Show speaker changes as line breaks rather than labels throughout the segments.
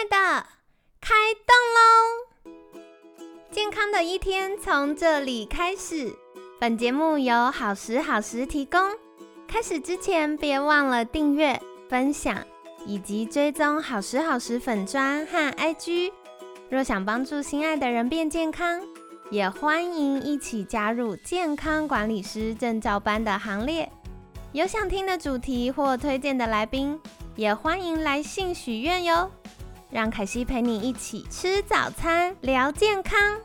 的，开动喽！健康的一天从这里开始。本节目由好时好时提供。开始之前，别忘了订阅、分享以及追踪好时好时粉专和 IG。若想帮助心爱的人变健康，也欢迎一起加入健康管理师证照班的行列。有想听的主题或推荐的来宾，也欢迎来信许愿哟。让凯西陪你一起吃早餐，聊健康。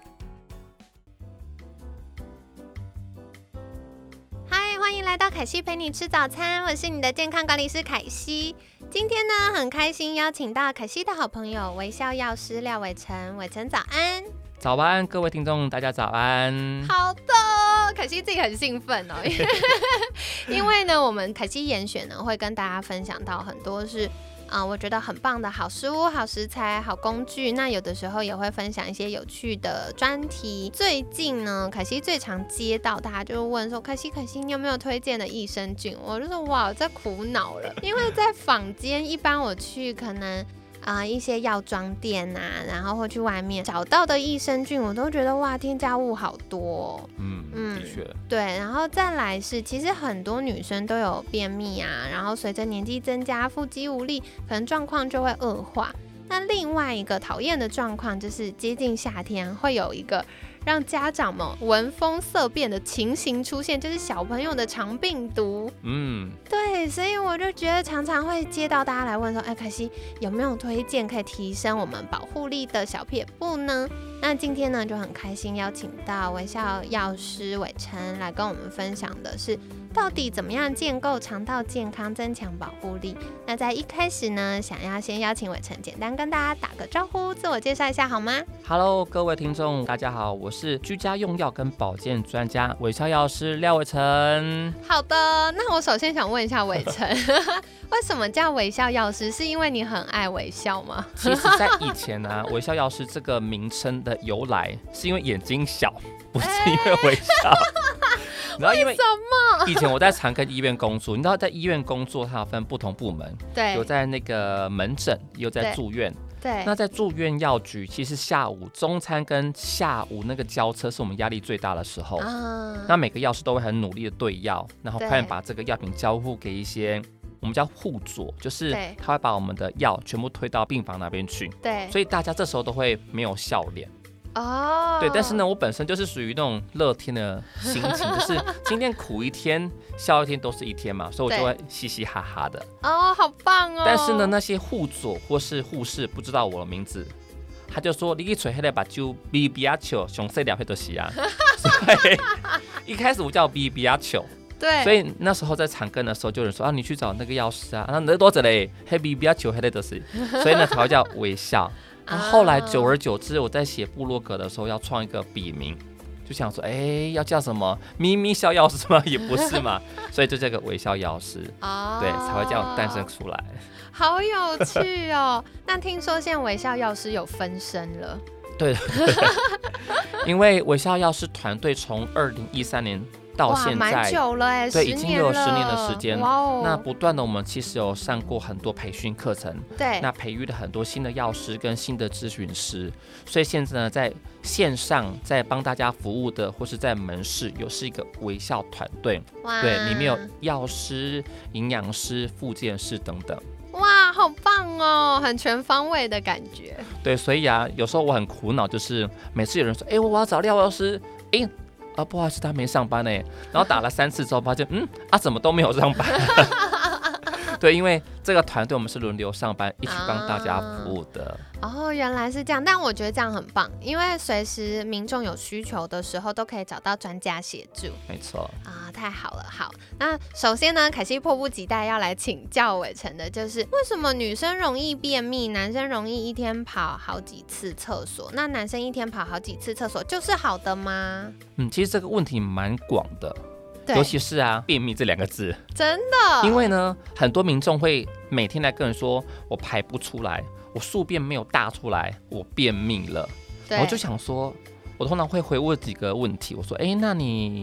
嗨，欢迎来到凯西陪你吃早餐，我是你的健康管理师凯西。今天呢，很开心邀请到凯西的好朋友微笑药师廖伟成，伟成早安。
早安，各位听众，大家早安。
好的，凯西自己很兴奋哦，因为呢，我们凯西严选呢会跟大家分享到很多是我觉得很棒的好食物、好食材、好工具。那有的时候也会分享一些有趣的专题。最近呢，凯西最常接到大家就问说，凯西你有没有推荐的益生菌？我就说哇，我在苦恼了，因为在坊间一般我去可能一些药妆店啊，然后或去外面找到的益生菌，我都觉得哇，添加物好多哦。
的确，
对，然后再来是，其实很多女生都有便秘啊，然后随着年纪增加，腹肌无力，可能状况就会恶化。那另外一个讨厌的状况就是接近夏天会有一个让家长们闻风色变的情形出现，就是小朋友的肠病毒。对，所以我就觉得常常会接到大家来问说，凯西有没有推荐可以提升我们保护力的小撇步呢？那今天呢就很开心邀请到微笑药师伟成来跟我们分享的是到底怎么样建构肠道健康，增强保护力。那在一开始呢，想要先邀请伟成简单跟大家打个招呼，自我介绍一下好吗？
Hello， 各位听众，大家好，我是居家用药跟保健专家微笑药师廖伟成。
好的，那我首先想问一下伟成，为什么叫微笑药师？是因为你很爱微笑吗？
其实在以前呢，微笑药师这个名称的由来是因为眼睛小，不是因为微笑。然后因为以前我在长庚医院工作，你知道在医院工作它有分不同部门，
对，
有在那个门诊，有在住院。
对，
那在住院药局，其实下午中餐跟下午那个交车是我们压力最大的时候。那每个药师都会很努力的对药，然后快点把这个药品交付给一些我们叫护佐，就是他会把我们的药全部推到病房那边去。对，所以大家这时候都会没有笑脸。对，但是呢，我本身就是属于那种乐天的心情，就是今天苦一天，笑一天都是一天嘛，所以我就会嘻嘻哈哈的。
好棒哦！
但是呢，那些护佐或是护士不知道我的名字，他就说你去找那个把酒比比亚球，上细两岁就是啊。所以一开始我叫比比亚球。对，所以那时候在长庚的时候，就有人说你去找那个药师啊，那多着嘞，黑比比亚球黑的都是，所以呢才会叫微笑。后来久而久之，我在写部落格的时候要创一个笔名，就想说要叫什么咪咪笑药师吗？也不是嘛，所以就这个微笑药师，对，才会这样诞生出来。好
有趣哦！那听说现在微笑药师有分身了。
对，因为微笑药师团队从2013年到现在
蛮久了耶，
对，已经有10年的时间。那不断的，我们其实有上过很多培训课程，对，那培育了很多新的药师跟新的咨询师，所以现在呢，在线上在帮大家服务的，或是在门市是一个微笑团队，对，里面有药师、营养师、复健师等等。
哇，好棒哦，很全方位的感觉。
对，所以有时候我很苦恼，就是每次有人说，我要找廖药师，不好意思，他没上班呢。然后打了3次之后，发现怎么都没有上班。对，因为这个团队我们是轮流上班，一起帮大家服务的。
原来是这样，但我觉得这样很棒，因为随时民众有需求的时候，都可以找到专家协助。
没错
太好了。好，那首先呢，凯西迫不及待要来请教伟成的，就是为什么女生容易便秘，男生容易一天跑好几次厕所？那男生一天跑好几次厕所就是好的吗？
其实这个问题蛮广的。尤其是便秘这2个字，
真的，
因为呢，很多民众会每天来跟人说，我排不出来，我宿便没有大出来，我便秘了。我就想说，我通常会回问几个问题，我说，那你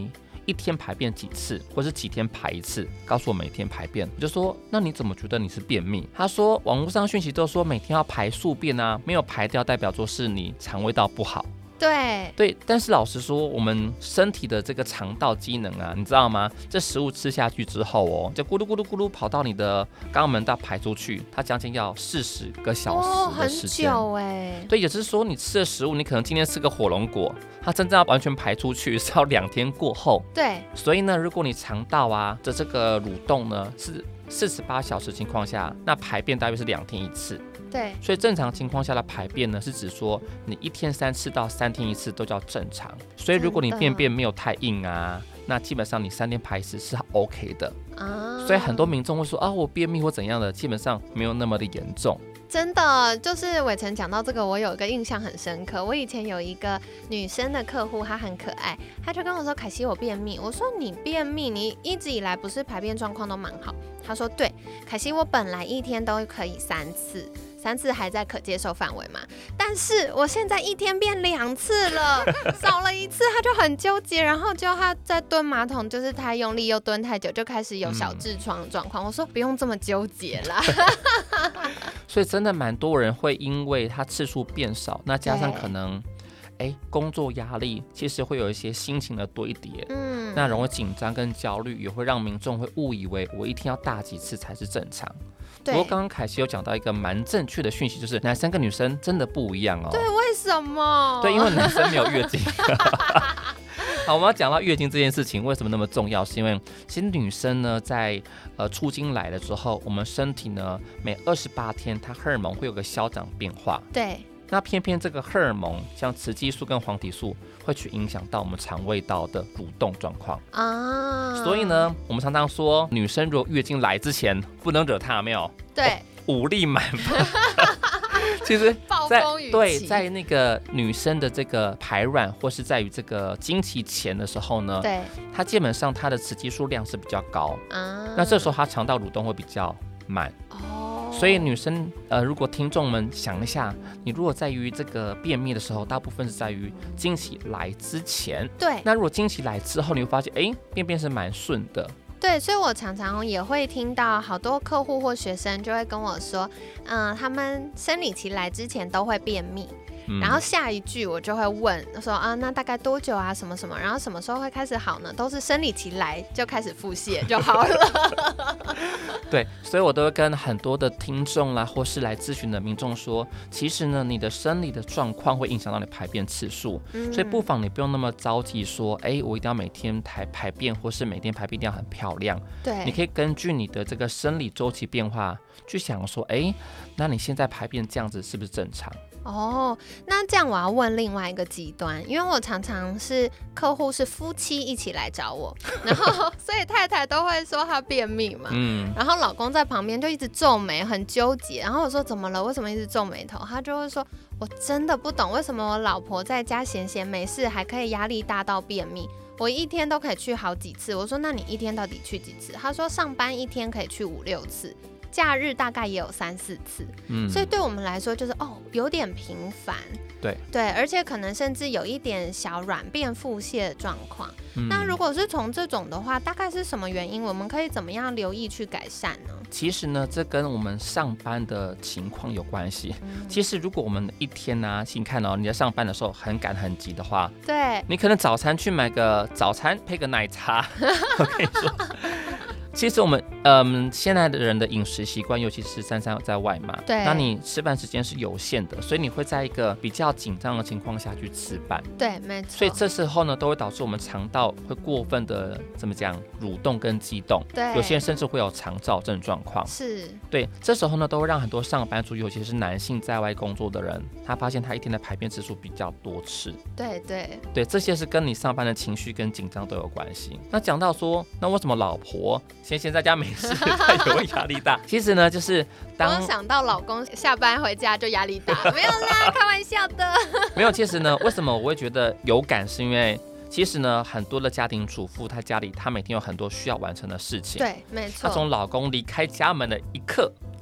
一天排便几次，或是几天排一次，告诉我每天排便。我就说那你怎么觉得你是便秘？他说网络上讯息都说每天要排宿便啊，没有排掉代表说是你肠胃道不好。对，但是老实说，我们身体的这个肠道机能啊，你知道吗？这食物吃下去之后就咕噜咕噜咕噜跑到你的肛门道排出去，它将近要40个小时的时间。
很久哎。
对，也就是说你吃的食物，你可能今天吃个火龙果，它真正要完全排出去是要2天过后。
对，
所以呢，如果你肠道啊的这个蠕动呢是48小时情况下，那排便大约是2天1次。
对，
所以正常情况下的排便呢，是指说你1天3次到3天1次都叫正常。所以如果你便便没有太硬啊，那基本上你3天排一次是 OK 的啊。所以很多民众会说啊，我便秘或怎样的，基本上没有那么的严重。
真的，就是伟成讲到这个，我有一个印象很深刻。我以前有一个女生的客户，她很可爱，她就跟我说：“凯西，我便秘。”我说：“你便秘？你一直以来不是排便状况都蛮好？”她说：“对，凯西，我本来1天都可以3次。”3次还在可接受范围嘛，但是我现在1天变2次了，少了1次他就很纠结，然后就他在蹲马桶，就是太用力又蹲太久，就开始有小痔疮的状况。我说不用这么纠结啦。
所以真的蛮多人会因为他次数变少，那加上可能工作压力，其实会有一些心情的堆叠，那容易紧张跟焦虑，也会让民众会误以为我1天要大几次才是正常。不过刚刚凯西有讲到一个蛮正确的讯息，就是男生跟女生真的不一样哦。
对，为什么？
对，因为男生没有月经。好，我们要讲到月经这件事情为什么那么重要，是因为其实女生呢在初经来了之后，我们身体呢每28天它荷尔蒙会有个消长变化。
对。
那偏偏这个荷尔蒙，像雌激素跟黄体素，会去影响到我们肠胃道的蠕动状况啊。所以呢，我们常常说，女生如果月经来之前不能惹她，有没有？
对，
武力满分。其实在那个女生的这个排卵，或是在于这个经期前的时候呢，
对，
她基本上她的雌激素量是比较高啊。那这时候她肠道蠕动会比较慢。所以女生如果听众们想一下，你如果在于这个便秘的时候，大部分是在于经期来之前。
对。
那如果经期来之后，你会发现，便便是蛮顺的。
对，所以我常常也会听到好多客户或学生就会跟我说，他们生理期来之前都会便秘。然后下一句我就会问说那大概多久啊什么什么，然后什么时候会开始好呢？都是生理期来就开始腹泻就好了。
对，所以我都会跟很多的听众啦，或是来咨询的民众说，其实呢，你的生理的状况会影响到你排便次数，所以不妨你不用那么着急说，我一定要每天排便，或是每天排便一定要很漂亮。
对，
你可以根据你的这个生理周期变化去想说，那你现在排便这样子是不是正常？
那这样我要问另外一个极端，因为我常常是客户是夫妻一起来找我，然后所以太太都会说她便秘嘛，然后老公在旁边就一直皱眉，很纠结。然后我说怎么了？为什么一直皱眉头？他就会说我真的不懂为什么我老婆在家闲闲没事还可以压力大到便秘。我1天都可以去好几次。我说那你1天到底去几次？他说上班1天可以去5、6次。假日大概也有3、4次，所以对我们来说就是有点频繁，对，而且可能甚至有一点小软便腹泻的状况。那如果是从这种的话，大概是什么原因？我们可以怎么样留意去改善呢？
其实呢，这跟我们上班的情况有关系。其实如果我们一天呢，你看你在上班的时候很赶很急的话，
对，
你可能早餐去买个早餐配个奶茶，我跟你说。其实我们现在的人的饮食习惯，尤其是珊珊在外嘛，
对，
那你吃饭时间是有限的，所以你会在一个比较紧张的情况下去吃饭，
对，没错。
所以这时候呢，都会导致我们肠道会过分的怎么讲蠕动跟激动，
对，
有些人甚至会有肠燥症状况，
是，
对，这时候呢，都会让很多上班族，尤其是男性在外工作的人，他发现他一天的排便次数比较多次，
对，
这些是跟你上班的情绪跟紧张都有关系。那讲到说，那为什么老婆闲在家没事，她也会压力大？其实呢，就是
我想到老公下班回家就压力大，没有啦，开玩笑的。
没有，其实呢，为什么我会觉得有感，是因为其实呢，很多的家庭主妇，她家里她每天有很多需要完成的事情。
对，没错。
她从老公离开家门的一刻，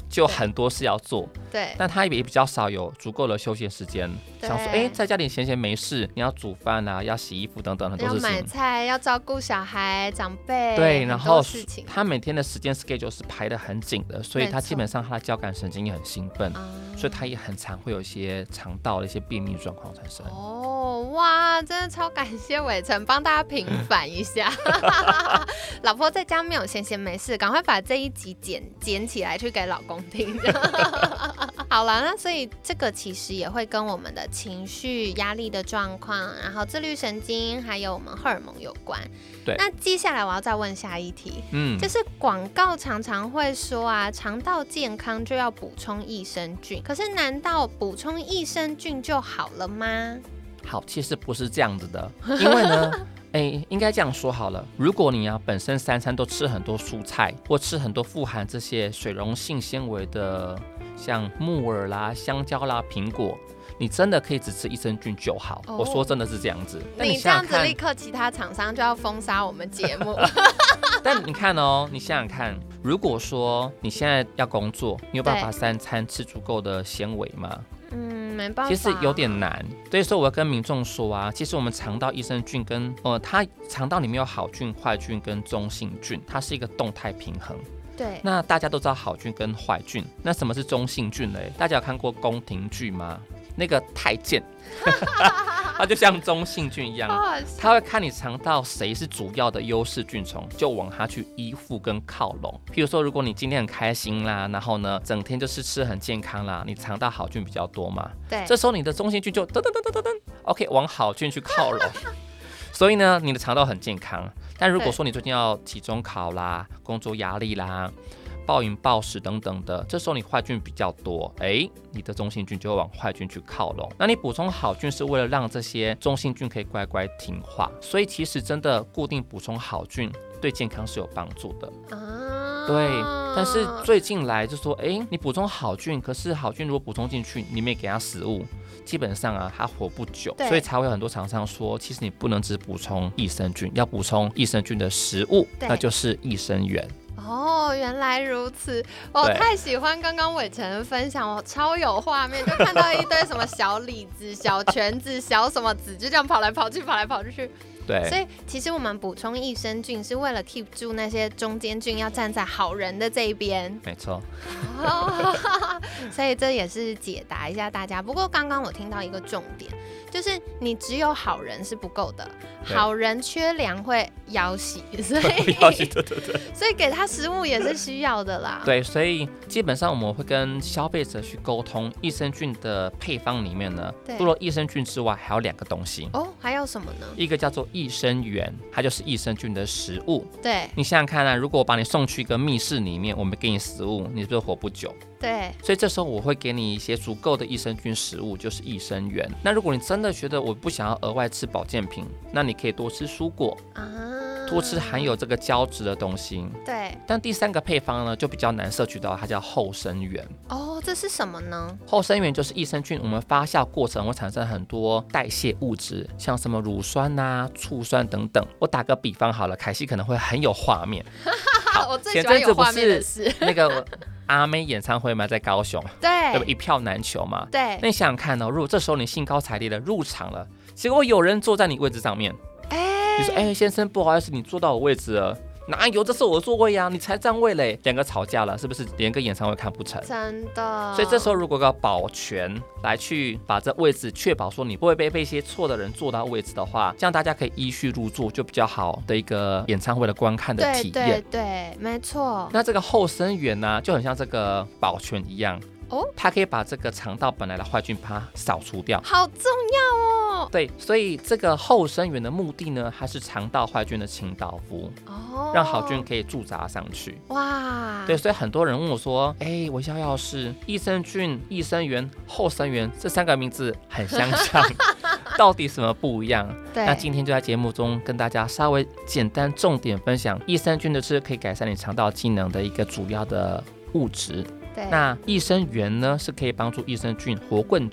就很多事要做，
对，
但他也比较少有足够的休闲时间，想说在家里闲没事，你要煮饭啊，要洗衣服等等很多事情，
要买菜，要照顾小孩长辈，
对，然后他每天的时间 schedule 是排得很紧的，所以他基本上他的交感神经也很兴奋，所以他也很常会有一些肠道的一些便秘状况产生。
哇，真的超感谢伟成帮大家平反一下。老婆在家没有闲没事，赶快把这一集剪起来去给老公听。好了，那所以这个其实也会跟我们的情绪、压力的状况，然后自律神经还有我们荷尔蒙有关。
对，
那接下来我要再问下一题，就是广告常常会说啊，肠道健康就要补充益生菌，可是难道补充益生菌就好了吗？
好，其实不是这样子的，因为呢应该这样说好了，如果你本身3餐都吃很多蔬菜，或吃很多富含这些水溶性纤维的，像木耳啦、香蕉啦、苹果，你真的可以只吃益生菌就好。我说真的是这样子。
你这样子立刻其他厂商就要封杀我们节目。
但你看你想想看，如果说你现在要工作，你有办法3餐吃足够的纤维吗？
没办法，
其实有点难。所以说我要跟民众说啊，其实我们肠道益生菌跟它肠道里面有好菌、坏菌跟中性菌，它是一个动态平衡。
对，
那大家都知道好菌跟坏菌，那什么是中性菌嘞？大家有看过宫廷剧吗？那个太监，它就像中性菌一样，它会看你肠道谁是主要的优势菌虫，就往它去依附跟靠拢。譬如说，如果你今天很开心啦，然后呢，整天就是吃很健康啦，你肠道好菌比较多嘛，
对，
这时候你的中性菌就噔噔噔噔噔噔 ，OK， 往好菌去靠拢。所以呢，你的肠道很健康。但如果说你最近要期中考啦、工作压力啦、暴饮暴食等等的，这时候你坏菌比较多，你的中性菌就会往坏菌去靠拢。那你补充好菌是为了让这些中性菌可以乖乖听话，所以其实真的固定补充好菌对健康是有帮助的。对，但是最近来就说，你补充好菌，可是好菌如果补充进去，你没给它食物，基本上啊，它活不久，所以才会有很多厂商说，其实你不能只补充益生菌，要补充益生菌的食物，那就是益生元。
原来如此，我太喜欢刚刚伟成的分享，我超有画面，就看到一堆什么小李子、小全子、小什么子，就这样跑来跑去。
对，
所以其实我们补充益生菌是为了 keep 住那些中间菌要站在好人的这一边。
没错。
所以这也是解答一下大家。不过刚刚我听到一个重点，就是你只有好人是不够的，好人缺粮会夭喜，所以所以给他食物也是需要的啦。
对，所以基本上我们会跟消费者去沟通，益生菌的配方里面呢，除了益生菌之外，还有2个东西。
还有什么呢？
一个叫做益生元，它就是益生菌的食物。
对，
你想想看啊，如果我把你送去一个密室里面，我们给你食物，你是不是活不久？
对，
所以这时候我会给你一些足够的益生菌食物，就是益生元。那如果你真的觉得我不想要额外吃保健品，那你可以多吃蔬果多吃含有这个胶质的东西。
对，
但第3个配方呢，就比较难摄取到，它叫后生元。
这是什么呢？
后生元就是益生菌，我们发酵过程会产生很多代谢物质，像什么乳酸啊、醋酸等等。我打个比方好了，凯西可能会很有画面。
我最喜欢有画面的事。
那个阿妹演唱会嘛，在高雄，
对，
一票难求嘛。
对，
那你想想看如果这时候你兴高采烈的入场了，结果有人坐在你位置上面，你说先生不好意思，你坐到我位置了。哪有？这是我的座位呀，你才占位嘞！2个吵架了，是不是连个演唱会看不成？
真的。
所以这时候如果要保全来去把这位置确保说你不会被一些错的人坐到位置的话，这样大家可以依序入座，就比较好的一个演唱会的观看的体验。
对，没错。
那这个后生元呢，就很像这个保全一样。它可以把这个肠道本来的坏菌把它扫除掉，
好重要哦。
对，所以这个后生元的目的呢，它是肠道坏菌的清道夫，让好菌可以驻扎上去。
哇，
对，所以很多人问我说，微笑药师，益生菌、益生元、后生元这3个名字很相像，到底什么不一样？那今天就在节目中跟大家稍微简单重点分享，益生菌的是可以改善你肠道机能的一个主要的物质。那益生元呢，是可以帮助益生菌活更久，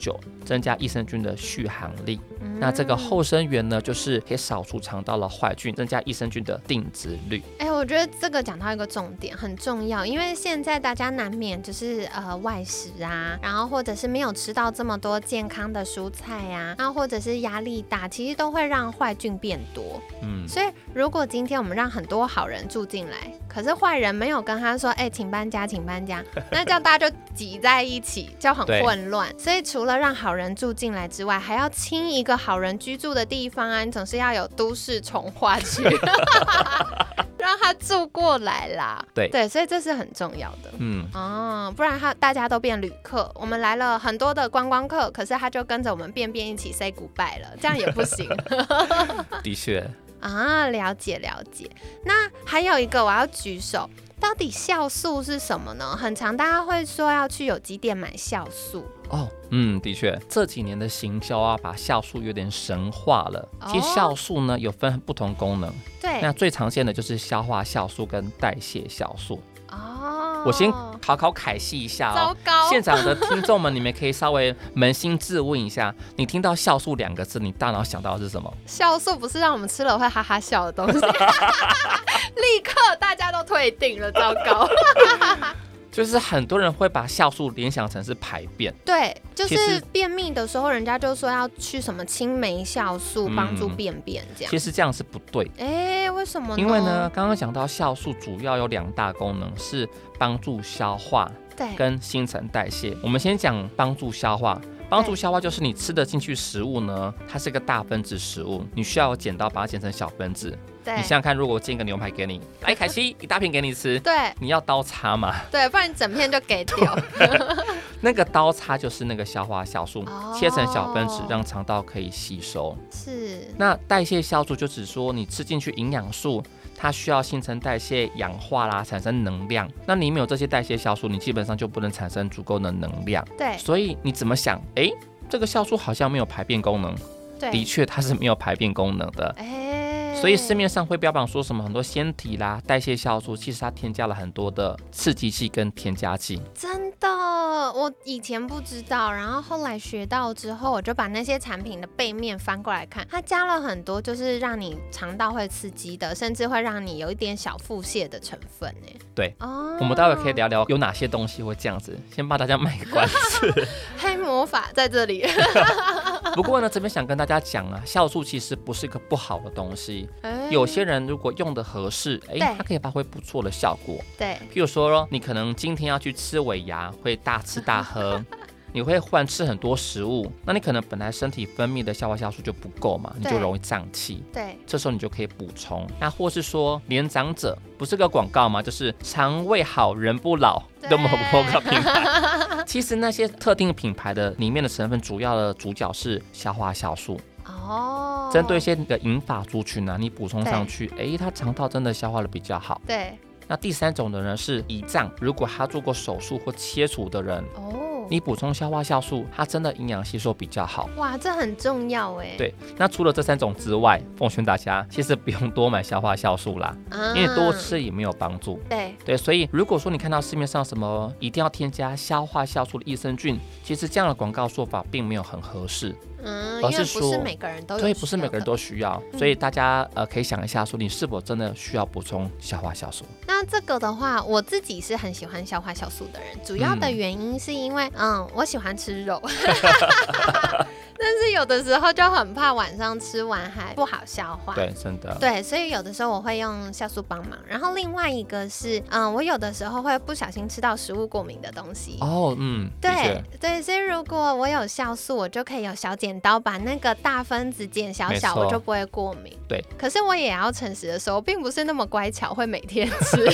增加益生菌的续航力。那这个后生元呢，就是可以扫除肠道的坏菌，增加益生菌的定植率。
我觉得这个讲到一个重点很重要，因为现在大家难免就是外食啊，然后或者是没有吃到这么多健康的蔬菜啊，然后或者是压力大，其实都会让坏菌变多。所以如果今天我们让很多好人住进来，可是坏人没有跟他说请搬家请搬家，那这样大家就挤在一起，就很混乱。所以除了让好人住进来之外，还要清一个好人居住的地方啊，你总是要有都市重划区让他住过来啦。对，所以这是很重要的。不然大家都变旅客，我们来了很多的观光客，可是他就跟着我们便一起 say goodbye 了，这样也不行。
的确
了解。那还有一个我要举手，到底酵素是什么呢？很常大家会说要去有机店买酵素。
的确，这几年的行销啊，把酵素有点神化了。其实酵素呢有分不同功能，
对，
那最常见的就是消化酵素跟代谢酵素。我先考凯西一下
糟糕，
现场的听众们，你们可以稍微扪心自问一下，你听到酵素2个字，你大脑想到的是什么？
酵素不是让我们吃了会哈哈笑的东西。立刻大家都退订了，糟糕。
就是很多人会把酵素联想成是排便，
对，就是便秘的时候，人家就说要去什么青霉酵素帮助便便这样。
其实这样是不对。
为什么呢？
因为呢，刚刚讲到酵素主要有2大功能，是帮助消化跟新陈代谢。我们先讲帮助消化。帮助消化就是你吃得进去食物呢，它是一个大分子食物，你需要剪刀把它剪成小分子。你想想看，如果我煎一个牛排给你，凯西一大片给你吃，你要刀叉嘛？对，
不然你整片就给掉。
那个刀叉就是那个消化酵素，切成小分子，让肠道可以吸收。
是。
那代谢酵素就只说你吃进去营养素，它需要新陈代谢、氧化啦，产生能量。那你没有这些代谢酵素，你基本上就不能产生足够的能量。
对。
所以你怎么想？这个酵素好像没有排便功能。的确，它是没有排便功能的。所以市面上会标榜说什么很多鲜体啦、代谢酵素，其实它添加了很多的刺激剂跟添加剂。
真的，我以前不知道，然后后来学到之后，我就把那些产品的背面翻过来看，它加了很多就是让你肠道会刺激的，甚至会让你有一点小腹泻的成分。
对，我们待会可以聊聊有哪些东西会这样子，先帮大家卖个关子。
黑魔法在这里。
不过呢，这边想跟大家讲啊，酵素其实不是一个不好的东西。有些人如果用的合适，它可以发挥不错的效果。
对，
譬如说，你可能今天要去吃尾牙，会大吃大喝。你会忽然吃很多食物，那你可能本来身体分泌的消化酵素就不够嘛，你就容易胀气。
对，
这时候你就可以补充。那或是说，年长者不是个广告吗？就是肠胃好人不老的某个品牌。其实那些特定品牌的里面的成分，主要的主角是消化酵素。针对一些银发族群啊，你补充上去，他肠道真的消化的比较好。
对。
那第3种的人是胰脏，如果他做过手术或切除的人，你补充消化酵素，它真的营养吸收比较好。
哇，这很重要哎。
对，那除了这3种之外，奉劝大家其实不用多买消化酵素啦，因为多吃也没有帮助。对，所以如果说你看到市面上什么一定要添加消化酵素的益生菌，其实这样的广告说法并没有很合适。
而是说，不是每个人都有，
对，不是每个人都需要，所以大家可以想一下，说你是否真的需要补充消化酵素？
那这个的话，我自己是很喜欢消化酵素的人，主要的原因是因为，我喜欢吃肉。但是有的时候就很怕晚上吃完还不好消化。
对，真的。
对，所以有的时候我会用酵素帮忙。然后另外一个是，我有的时候会不小心吃到食物过敏的东西。对，所以如果我有酵素，我就可以有小剪刀把那个大分子剪小小，我就不会过敏。
对。
可是我也要诚实的说，我并不是那么乖巧，会每天吃。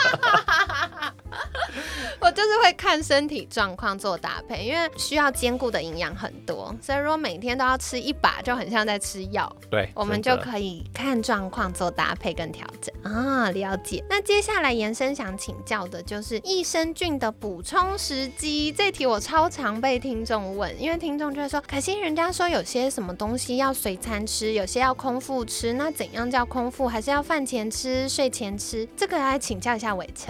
我就是会看身体状况做搭配，因为需要兼顾的营养很多，所以如果每天都要吃一把，就很像在吃药。
对，
我们就可以看状况做搭配跟调整啊。了解。那接下来延伸想请教的就是益生菌的补充时机，这题我超常被听众问，因为听众就会说，可惜人家说有些什么东西要随餐吃，有些要空腹吃，那怎样叫空腹？还是要饭前吃、睡前吃？这个来请教一下伟成。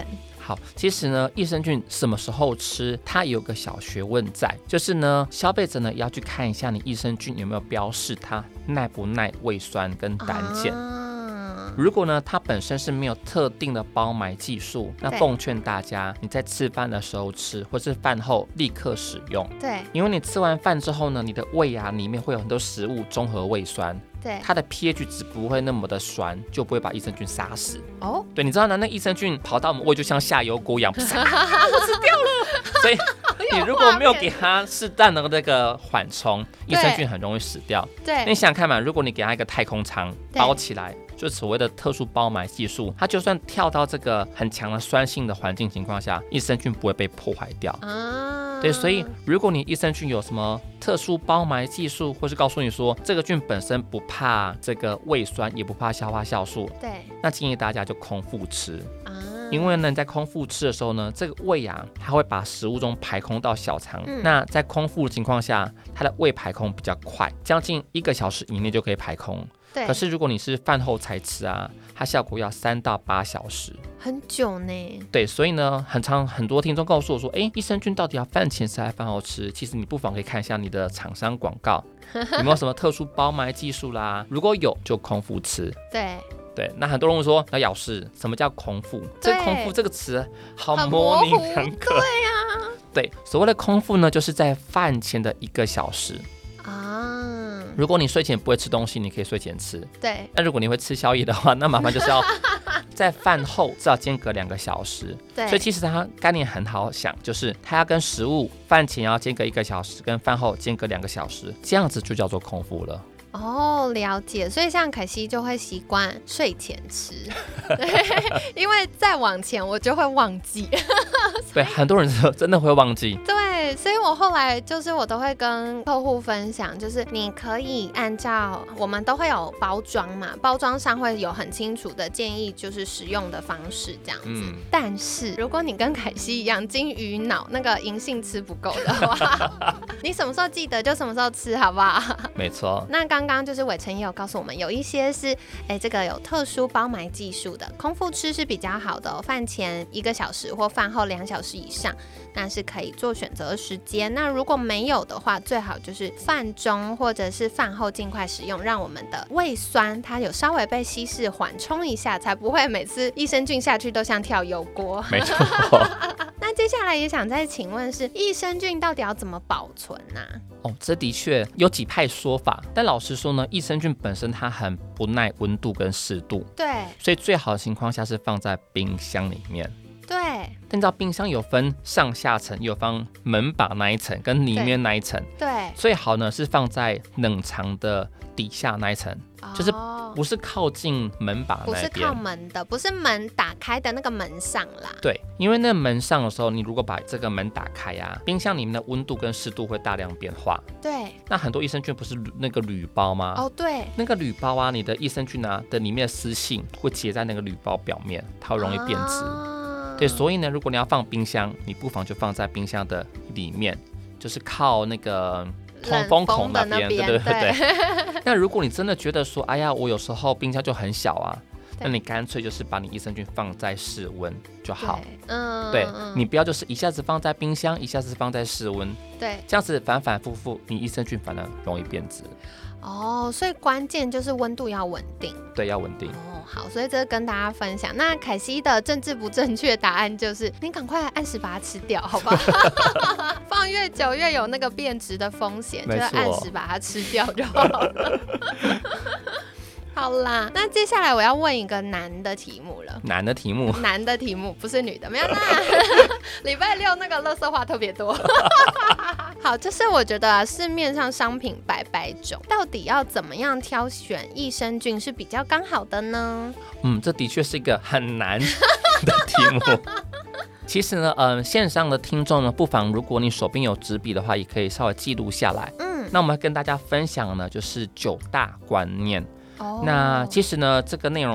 好，其实呢，益生菌什么时候吃，它有个小学问在，就是呢，消费者呢要去看一下你益生菌有没有标示它耐不耐胃酸跟胆碱。如果呢，它本身是没有特定的包埋技术，那奉劝大家，你在吃饭的时候吃，或是饭后立刻使用。
对，
因为你吃完饭之后呢，你的胃啊里面会有很多食物中和胃酸。
对，
它的 pH 值不会那么的酸，就不会把益生菌杀死。
哦，
对，你知道呢，那益生菌跑到我们胃就像下油锅一样，我吃掉了。所以你如果没有给它适当的那个缓冲，益生菌很容易死掉。
对，
你想想看嘛，如果你给它一个太空舱包起来，就所谓的特殊包埋技术，它就算跳到这个很强的酸性的环境情况下，益生菌不会被破坏掉。对，所以如果你益生菌有什么特殊包埋技术，或是告诉你说这个菌本身不怕这个胃酸，也不怕消化酵素，
对，
那建议大家就空腹吃。因为呢，你在空腹吃的时候呢，这个胃啊，它会把食物中排空到小肠。那在空腹的情况下，它的胃排空比较快，将近1个小时以内就可以排空。可是如果你是饭后才吃啊，它效果要3到8小时，
很久呢。
对，所以呢，很多听众告诉我说，益生菌到底要饭前吃还是饭后吃？其实你不妨可以看一下你的厂商广告，有没有什么特殊包埋技术啦？如果有，就空腹吃。对，那很多人会说要咬食，什么叫空腹？这空腹这个词好模棱两可。
对呀，
对，所谓的空腹呢，就是在饭前的1个小时。如果你睡前不会吃东西，你可以睡前吃。
对。
那如果你会吃宵夜的话，那麻烦就是要在饭后至少间隔2个小时。
对。
所以其实它概念很好想，就是它要跟食物饭前要间隔1个小时，跟饭后间隔2个小时，这样子就叫做空腹了。
哦，了解。所以像凯西就会习惯睡前吃，对，因为再往前我就会忘记。
对，很多人真的会忘记。
对，所以我后来就是我都会跟客户分享，就是你可以按照我们都会有包装嘛，包装上会有很清楚的建议，就是使用的方式这样子。但是如果你跟凯西一样金鱼脑，那个银杏吃不够的话，你什么时候记得就什么时候吃，好不好？
没错。
那刚刚就是伟成也有告诉我们，有一些是这个有特殊包埋技术的，空腹吃是比较好的饭前1个小时或饭后2小时以上，那是可以做选择的时间。那如果没有的话，最好就是饭中或者是饭后尽快使用，让我们的胃酸它有稍微被稀释缓冲一下，才不会每次益生菌下去都像跳油锅。
没错。
那接下来也想再请问是益生菌到底要怎么保存啊？
这的确有几派说法，但老实说呢，益生菌本身它很不耐温度跟湿度，
对，
所以最好的情况下是放在冰箱里面。
对，
但你知道冰箱有分上下层，有分门把那一层跟里面那一层，
对，
最好呢是放在冷藏的底下那一层，就是不是靠近门把那边，不是
靠门的，不是门打开的那个门上啦。
对，因为那门上的时候，你如果把这个门打开啊，冰箱里面的温度跟湿度会大量变化。
对，
那很多益生菌不是那个铝包吗？
对，
那个铝包啊，你的益生菌啊的里面的湿性会结在那个铝包表面，它会容易变质。对，所以呢，如果你要放冰箱，你不妨就放在冰箱的里面，就是靠那个通风孔那边，对。那如果你真的觉得说，哎呀，我有时候冰箱就很小啊，那你干脆就是把你益生菌放在室温就好。对，你不要就是一下子放在冰箱，一下子放在室温，
对，
这样子反反复复，你益生菌反而容易变质。
所以关键就是温度要稳定。
对，要稳定。
好，所以这跟大家分享。那凯西的政治不正确答案就是，你赶快按时把它吃掉，好不好？放越久越有那个变质的风险，就是按时把它吃掉就好了。好啦，那接下来我要问一个难的题目了。
难的题目
不是女的，没有啦。礼拜6那个垃圾话特别多。好，就是我觉得市面上商品百百种，到底要怎么样挑选益生菌是比较刚好的呢？
这的确是一个很难的题目。其实呢，线上的听众呢，不妨如果你手边有纸笔的话，也可以稍微记录下来。那我们跟大家分享呢，就是9大观念。那其实呢，这个内容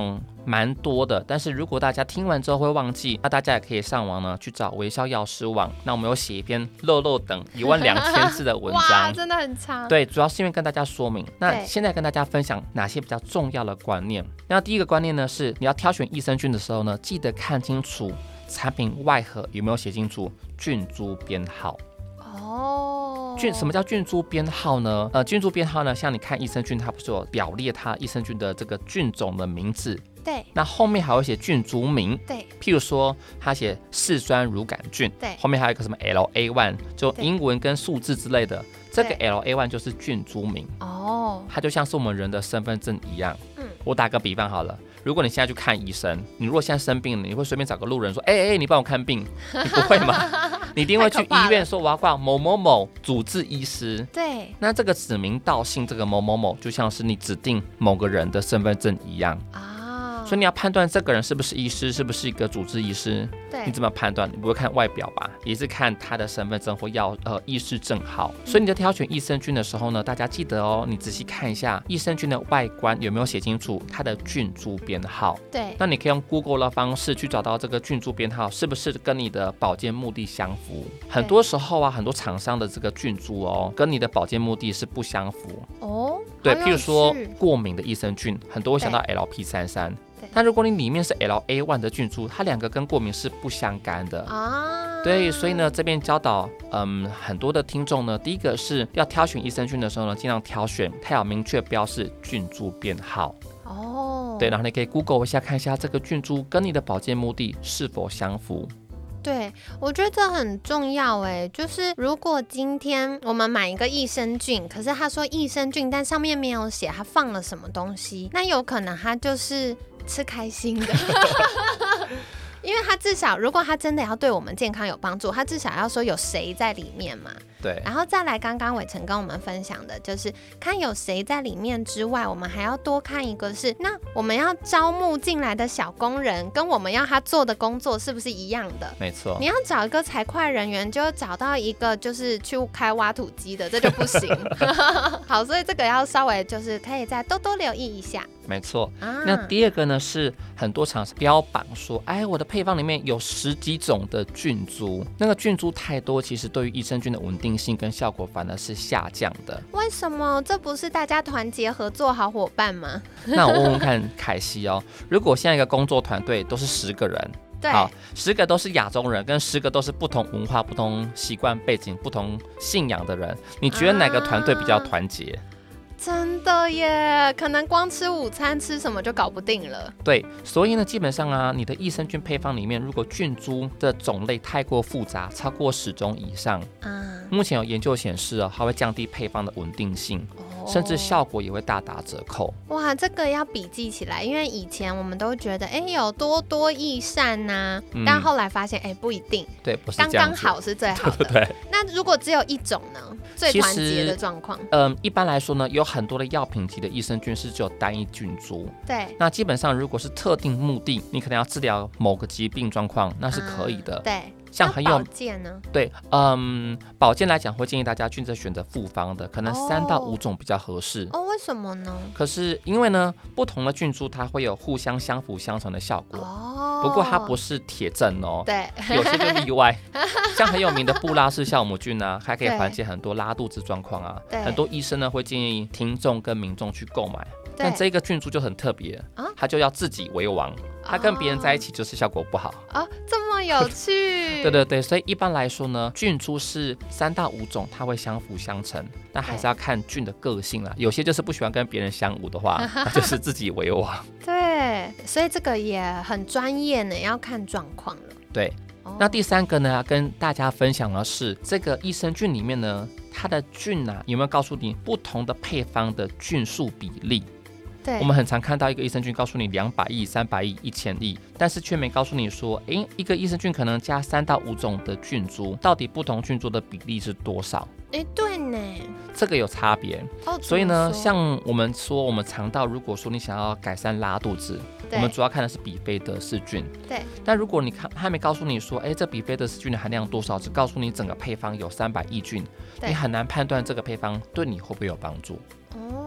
蛮多的，但是如果大家听完之后会忘记，那大家也可以上网呢去找微笑药师网，那我们有写一篇漏等12000字的文章
哇，真的很长。
对，主要是因为跟大家说明。那现在跟大家分享哪些比较重要的观念。那第一个观念呢是，你要挑选益生菌的时候呢，记得看清楚产品外盒有没有写清楚菌株编号。什么叫菌株编号呢？菌株编号呢，像你看益生菌，它不是有表列它益生菌的这个菌种的名字？
对。
那后面还会写菌株名。
对。
譬如说，它写嗜酸乳杆菌。
对。
后面还有一个什么 LA1， 就英文跟数字之类的，这个 LA1 就是菌株名。它就像是我们人的身份证一样。我打个比方好了。如果你现在去看医生，你如果现在生病了，你会随便找个路人说，你帮我看病，你不会吗？你一定会去医院说我要挂某某某主治医师。
对，
那这个指名道姓这个某某某，就像是你指定某个人的身份证一样所以你要判断这个人是不是医师，是不是一个主治医师，你怎么判断？你不会看外表吧，也是看他的身份证或医师证号。所以你在挑选益生菌的时候呢，大家记得哦，你仔细看一下益生菌的外观有没有写清楚它的菌株编号。
对，
那你可以用 Google 的方式去找到这个菌株编号是不是跟你的保健目的相符。很多时候啊，很多厂商的这个菌株跟你的保健目的是不相符对，譬如说过敏的益生菌，很多会想到 LP33。但如果你里面是 LA1 的菌株，它两个跟过敏是不相干的对，所以呢，这边教导很多的听众呢，第一个是要挑选益生菌的时候呢，尽量挑选它有明确标示菌株编号对，然后你可以 Google 一下看一下这个菌株跟你的保健目的是否相符。
对，我觉得这很重要就是如果今天我们买一个益生菌，可是他说益生菌，但上面没有写他放了什么东西，那有可能他就是吃开心的因为他至少如果他真的要对我们健康有帮助，他至少要说有谁在里面嘛。
对，
然后再来刚刚伟成跟我们分享的就是看有谁在里面之外，我们还要多看一个是，那我们要招募进来的小工人跟我们要他做的工作是不是一样的？
没错，
你要找一个财会人员，就找到一个就是去开挖土机的，这就不行好，所以这个要稍微就是可以再多留意一下。
没错那第二个呢是很多厂商标榜说，我的配方里面有10几种的菌株，那个菌株太多，其实对于益生菌的稳定性跟效果反而是下降的。
为什么？这不是大家团结合作好伙伴吗？
那我问问看凯西如果现在一个工作团队都是10个人，好，10个都是亚洲人，跟10个都是不同文化、不同习惯背景、不同信仰的人，你觉得哪个团队比较团结？
真的耶，可能光吃午餐吃什么就搞不定了。
对，所以呢，基本上啊，你的益生菌配方里面，如果菌株的种类太过复杂，超过10种以上，目前有研究显示它会降低配方的稳定性。甚至效果也会大打折扣。
哇，这个要笔记起来，因为以前我们都觉得有多益善呐，但后来发现不一定，
对，不是这样子，
刚刚好是最好的。
对。
那如果只有一种呢？最团结的状况？
一般来说呢，有很多的药品级的益生菌是只有单一菌株。
对。
那基本上如果是特定目的，你可能要治疗某个疾病状况，那是可以的。
对。
像很有
保健呢？
对，保健来讲会建议大家菌则选择复方的，可能3到5种比较合适。
为什么呢？
可是因为呢，不同的菌株它会有互相相辅相成的效果。不过它不是铁证
对，
有些就例外。像很有名的布拉氏酵母菌啊，还可以缓解很多拉肚子状况啊。很多医生呢会建议听众跟民众去购买。但这个菌株就很特别，它就要自己为王，它跟别人在一起就是效果不好
这么有趣。
对对对，所以一般来说呢，菌株是3到5种，它会相辅相成，但还是要看菌的个性啦。有些就是不喜欢跟别人相侮的话，那就是自己为王。
对，所以这个也很专业呢，要看状况了。
对，那第3个呢，要跟大家分享的是这个益生菌里面呢，它的菌啊有没有告诉你不同的配方的菌数比例？我们很常看到一个益生菌告诉你200亿、300亿、1000亿，但是却没告诉你说，一个益生菌可能加3到5种的菌株，到底不同菌株的比例是多少？
对呢，
这个有差别。所以呢，像我们说，我们肠道如果说你想要改善拉肚子，我们主要看的是比菲德氏菌。
对。
但如果你还没告诉你说，这比菲德氏菌的含量多少，只告诉你整个配方有300亿菌，你很难判断这个配方对你会不会有帮助。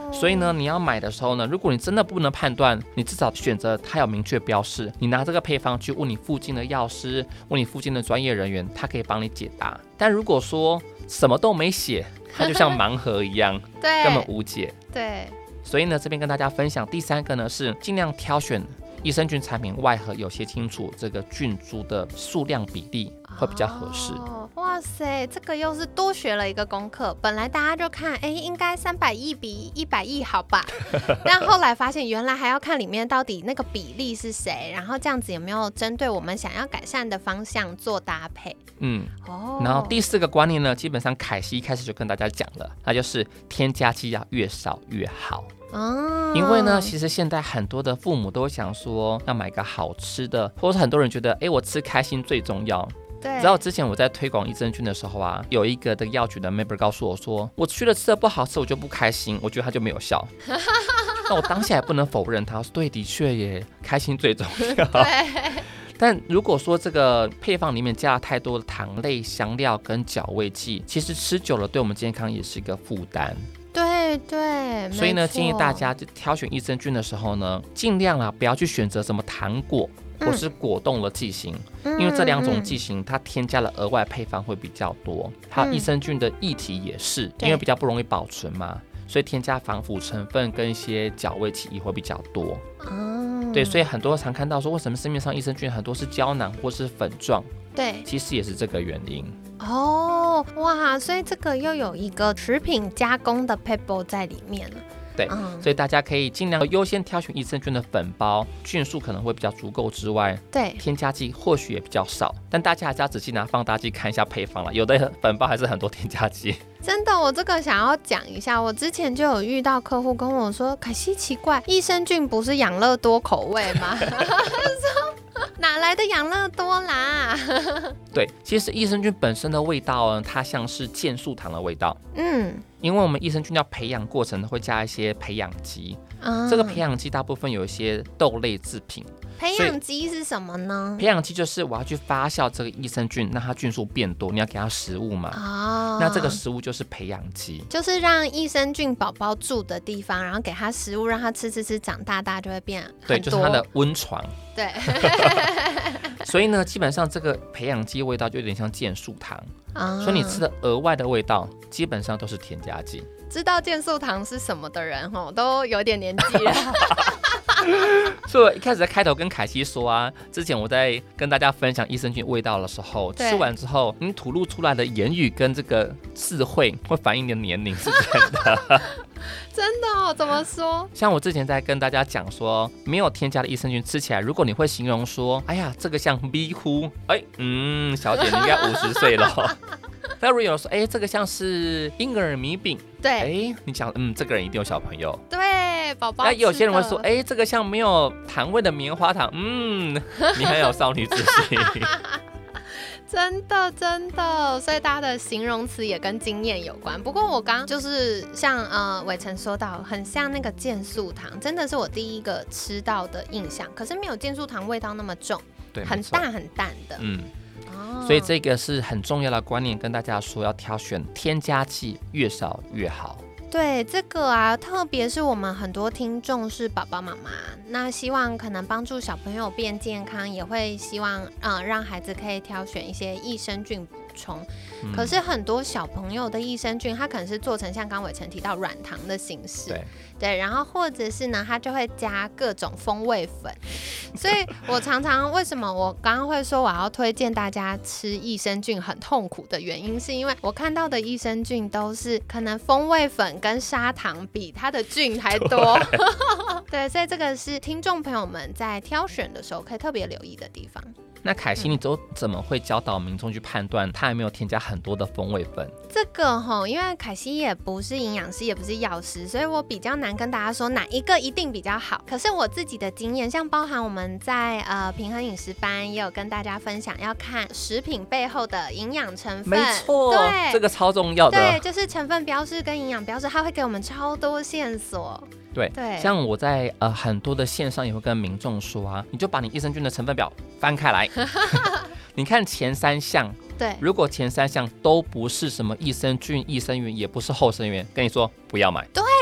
所以呢，你要买的时候呢，如果你真的不能判断，你至少选择它有明确标示，你拿这个配方去问你附近的药师，问你附近的专业人员，他可以帮你解答。但如果说什么都没写，它就像盲盒一样，根本无解。
对。
所以呢，这边跟大家分享第3个呢，是尽量挑选益生菌产品外盒有些清楚这个菌株的数量比例会比较合适。
哇塞，这个又是多学了一个功课。本来大家就看，应该300亿比100亿好吧？但后来发现，原来还要看里面到底那个比例是谁，然后这样子有没有针对我们想要改善的方向做搭配。然后第4个观念呢，基本上凯西一开始就跟大家讲了，那就是添加剂要越少越好。因为呢，其实现在很多的父母都会想说，要买个好吃的，或者是很多人觉得，我吃开心最重要。 对，
然后之前我在推广益生菌的时候啊，有一个的药局的 member 告诉我说，我去了吃的不好吃，我就不开心，我觉得它就没有效。那我当下也不能否认它，对，的确也开心最重要。
对。
但如果说这个配方里面加了太多的糖类、香料跟调味剂，其实吃久了对我们健康也是一个负担。
对，
所以呢，建议大家挑选益生菌的时候呢，尽量不要去选择什么糖果或是果冻的剂型，因为这2种剂型它添加了额外配方会比较多。还有益生菌的液体也是，因为比较不容易保存嘛，所以添加防腐成分跟一些调味剂也会比较多。对，所以很多常看到说，为什么市面上益生菌很多是胶囊或是粉状？
对，
其实也是这个原因。
哇，所以这个又有一个食品加工的 paper 在里面了。
对，所以大家可以尽量优先挑选益生菌的粉包，菌数可能会比较足够之外，
对，
添加剂或许也比较少，但大家还是要仔细拿放大镜看一下配方了，有的粉包还是很多添加剂。
真的，我这个想要讲一下，我之前就有遇到客户跟我说，凯西奇怪，益生菌不是养乐多口味吗？他说哪来的养乐多啦？
对，其实益生菌本身的味道呢，它像是健素糖的味道。因为我们益生菌要培养过程会加一些培养基，这个培养基大部分有一些豆类制品。
培养基是什么呢？
培养基就是我要去发酵这个益生菌，让它菌数变多，你要给它食物嘛。那这个食物就是培养基，
就是让益生菌宝宝住的地方，然后给它食物，让它吃，长大就会变很多。
对，就是它的温床。
对。
所以呢，基本上这个培养基味道就有点像健素糖，所以你吃的额外的味道基本上都是添加剂。
知道健素糖是什么的人都有点年纪了。
所以我一开始在开头跟凯西说啊，之前我在跟大家分享益生菌味道的时候，吃完之后你吐露出来的言语跟这个智慧会反映你的年龄，是真的。
真的哦？怎么说？
像我之前在跟大家讲说，没有添加的益生菌吃起来，如果你会形容说，哎呀，这个像咪糊，小姐你应该50岁了。那如果有人说，这个像是婴儿米饼，
对，
你讲，这个人一定有小朋友，
对，宝宝。
那有些人会说，这个像没有糖味的棉花糖，你很有少女自信。
真的，所以大家的形容词也跟经验有关。不过我刚就是像伟成说到，很像那个健素糖，真的是我第一个吃到的印象。可是没有健素糖味道那么重，
对，
很淡很淡的。
所以这个是很重要的观念，跟大家说要挑选添加剂越少越好。
对这个啊，特别是我们很多听众是爸爸妈妈，那希望可能帮助小朋友变健康，也会希望让孩子可以挑选一些益生菌补充。可是很多小朋友的益生菌，它可能是做成像刚伟成提到软糖的形式，对，然后或者是呢，它就会加各种风味粉。所以我常常为什么我刚刚会说我要推荐大家吃益生菌很痛苦的原因，是因为我看到的益生菌都是可能风味粉跟砂糖比它的菌还多。对，所以这个是听众朋友们在挑选的时候可以特别留意的地方。
那凯西，你都怎么会教导民众去判断它有没有添加很多的风味粉？
这个因为凯西也不是营养师，也不是药师，所以我比较难跟大家说哪一个一定比较好。可是我自己的经验，像包含我们在平衡饮食班也有跟大家分享，要看食品背后的营养成分。
没错，对，这个超重要的。
对，就是成分标示跟营养标示，它会给我们超多线索。
对，像我在很多的线上也会跟民众说啊，你就把你益生菌的成分表翻开来，你看前3项，
对，
如果前3项都不是什么益生菌、益生元，也不是后生元，跟你说不要买。
对，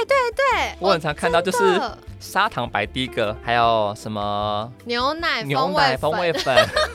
对，
我很常看到就是砂糖白第一个，还有什么
牛奶风味粉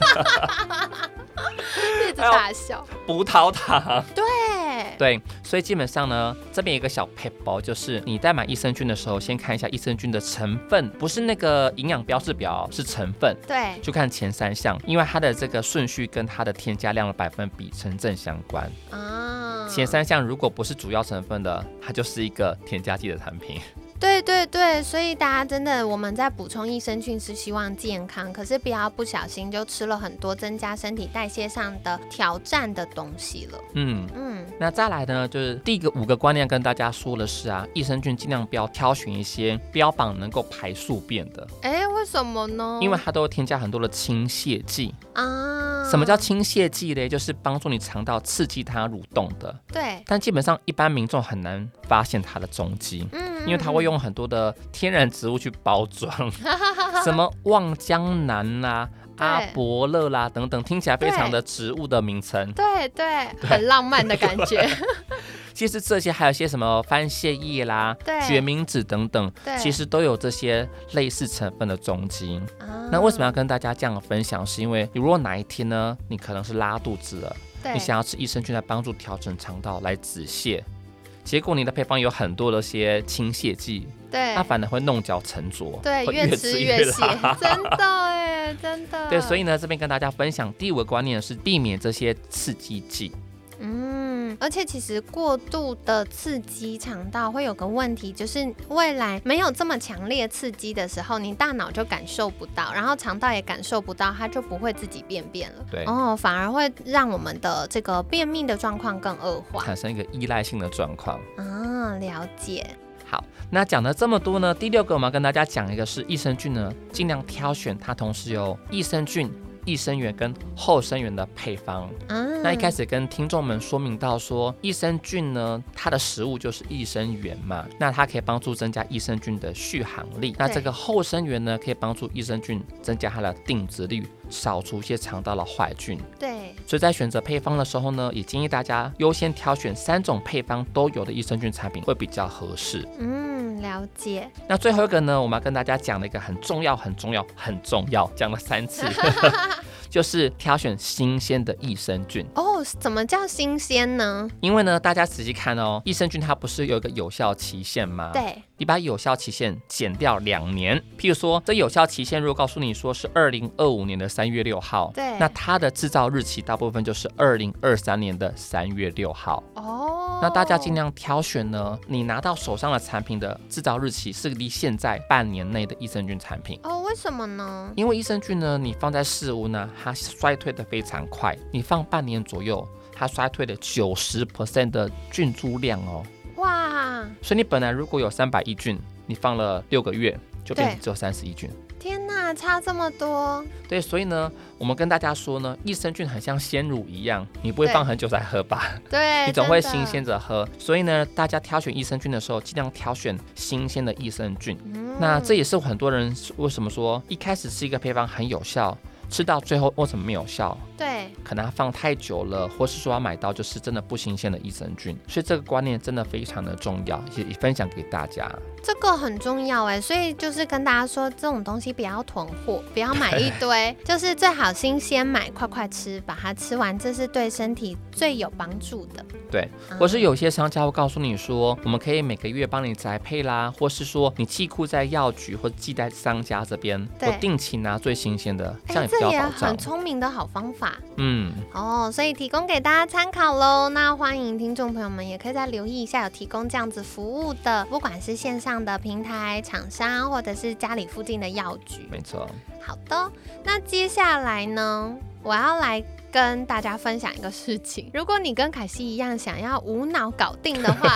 一直大笑，
葡萄糖，
对，
所以基本上呢，这边有一个小撇步，就是你在买益生菌的时候，先看一下益生菌的成分，不是那个营养标示表，是成分。
对，
就看前3项，因为它的这个顺序跟它的添加量的百分比成正相关。前3项如果不是主要成分的，它就是一个添加剂的产品。
对，所以大家真的，我们在补充益生菌是希望健康，可是不要不小心就吃了很多增加身体代谢上的挑战的东西了。那再来呢，就是第5个观念跟大家说的是啊，益生菌尽量不要挑选一些标榜能够排宿便的。 为什么呢？
因为它都会添加很多的清泻剂啊。什么叫清泻剂呢？就是帮助你肠道刺激它蠕动的。
对。
但基本上一般民众很难发现它的踪迹。因为它会用很多的天然植物去包装，什么望江南啦、阿伯乐啦等等，听起来非常的植物的名称。
对，很浪漫的感觉。
其实这些还有一些什么番泻叶啦、决明子等等，其实都有这些类似成分的踪迹。那为什么要跟大家这样分享？是因为如果哪一天呢，你可能是拉肚子了，你想要吃益生菌来帮助调整肠道来止泻。结果你的配方有很多的些清泻剂，它反而会弄巧成拙，
对，越吃越泻，真的真的。
对，所以呢，这边跟大家分享第5个观念是避免这些刺激剂。
而且其实过度的刺激肠道会有个问题，就是未来没有这么强烈刺激的时候，你大脑就感受不到，然后肠道也感受不到，它就不会自己便便了。
对，
反而会让我们的这个便秘的状况更恶化，
产生一个依赖性的状况。
了解。
好，那讲了这么多呢，第6个我们要跟大家讲一个是益生菌呢，尽量挑选它同时有益生菌、益生元跟后生元的配方。那一开始跟听众们说明到说，益生菌呢，它的食物就是益生元嘛，那它可以帮助增加益生菌的续航力。那这个后生元呢，可以帮助益生菌增加它的定植率，扫除一些肠道的坏菌。
对，
所以在选择配方的时候呢，也建议大家优先挑选3种配方都有的益生菌产品会比较合适。
了解。
那最后一个呢，我们要跟大家讲的一个很重要，讲了3次。就是挑选新鲜的益生菌。
怎么叫新鲜呢？
因为呢，大家仔细看哦，益生菌它不是有一个有效期限吗？
对。
你把有效期限减掉2年，譬如说这有效期限如果告诉你说是2025年的3月6号，
对，
那它的制造日期大部分就是2023年的3月6号。那大家尽量挑选呢，你拿到手上的产品的制造日期是离现在半年内的益生菌产品。
为什么呢？
因为益生菌呢，你放在室温呢，它衰退的非常快，你放半年左右，它衰退了90% 的菌株量哦。哇！所以你本来如果有300亿菌，你放了6个月，就变成只有30亿菌。
天哪，差这么多！
对，所以呢，我们跟大家说呢，益生菌很像鲜乳一样，你不会放很久才喝吧？
对，
你总会新鲜着喝。所以呢，大家挑选益生菌的时候，尽量挑选新鲜的益生菌。那这也是很多人为什么说一开始是一个配方很有效，吃到最后为什么没有效？
对，
可能它放太久了，或是说要买到就是真的不新鲜的益生菌，所以这个观念真的非常的重要，也分享给大家。
这个很重要哎，所以就是跟大家说，这种东西不要囤货，不要买一堆，就是最好新鲜买，快快吃，把它吃完，这是对身体最有帮助的。
对，或是有些商家会告诉你说，我们可以每个月帮你宅配啦，或是说你寄库在药局或寄在商家这边，我定期拿最新鲜的，这样也比较保障。
这也很聪明的好方法。所以提供给大家参考咯。那欢迎听众朋友们也可以再留意一下有提供这样子服务的，不管是线上的平台厂商，或者是家里附近的药局。
没错。
好的，那接下来呢，我要来跟大家分享一个事情。如果你跟凯西一样想要无脑搞定的话，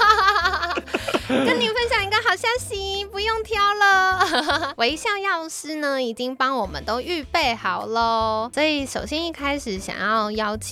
跟你分享一个好消息，不用挑了。微笑药师呢，已经帮我们都预备好咯。所以首先一开始想要邀请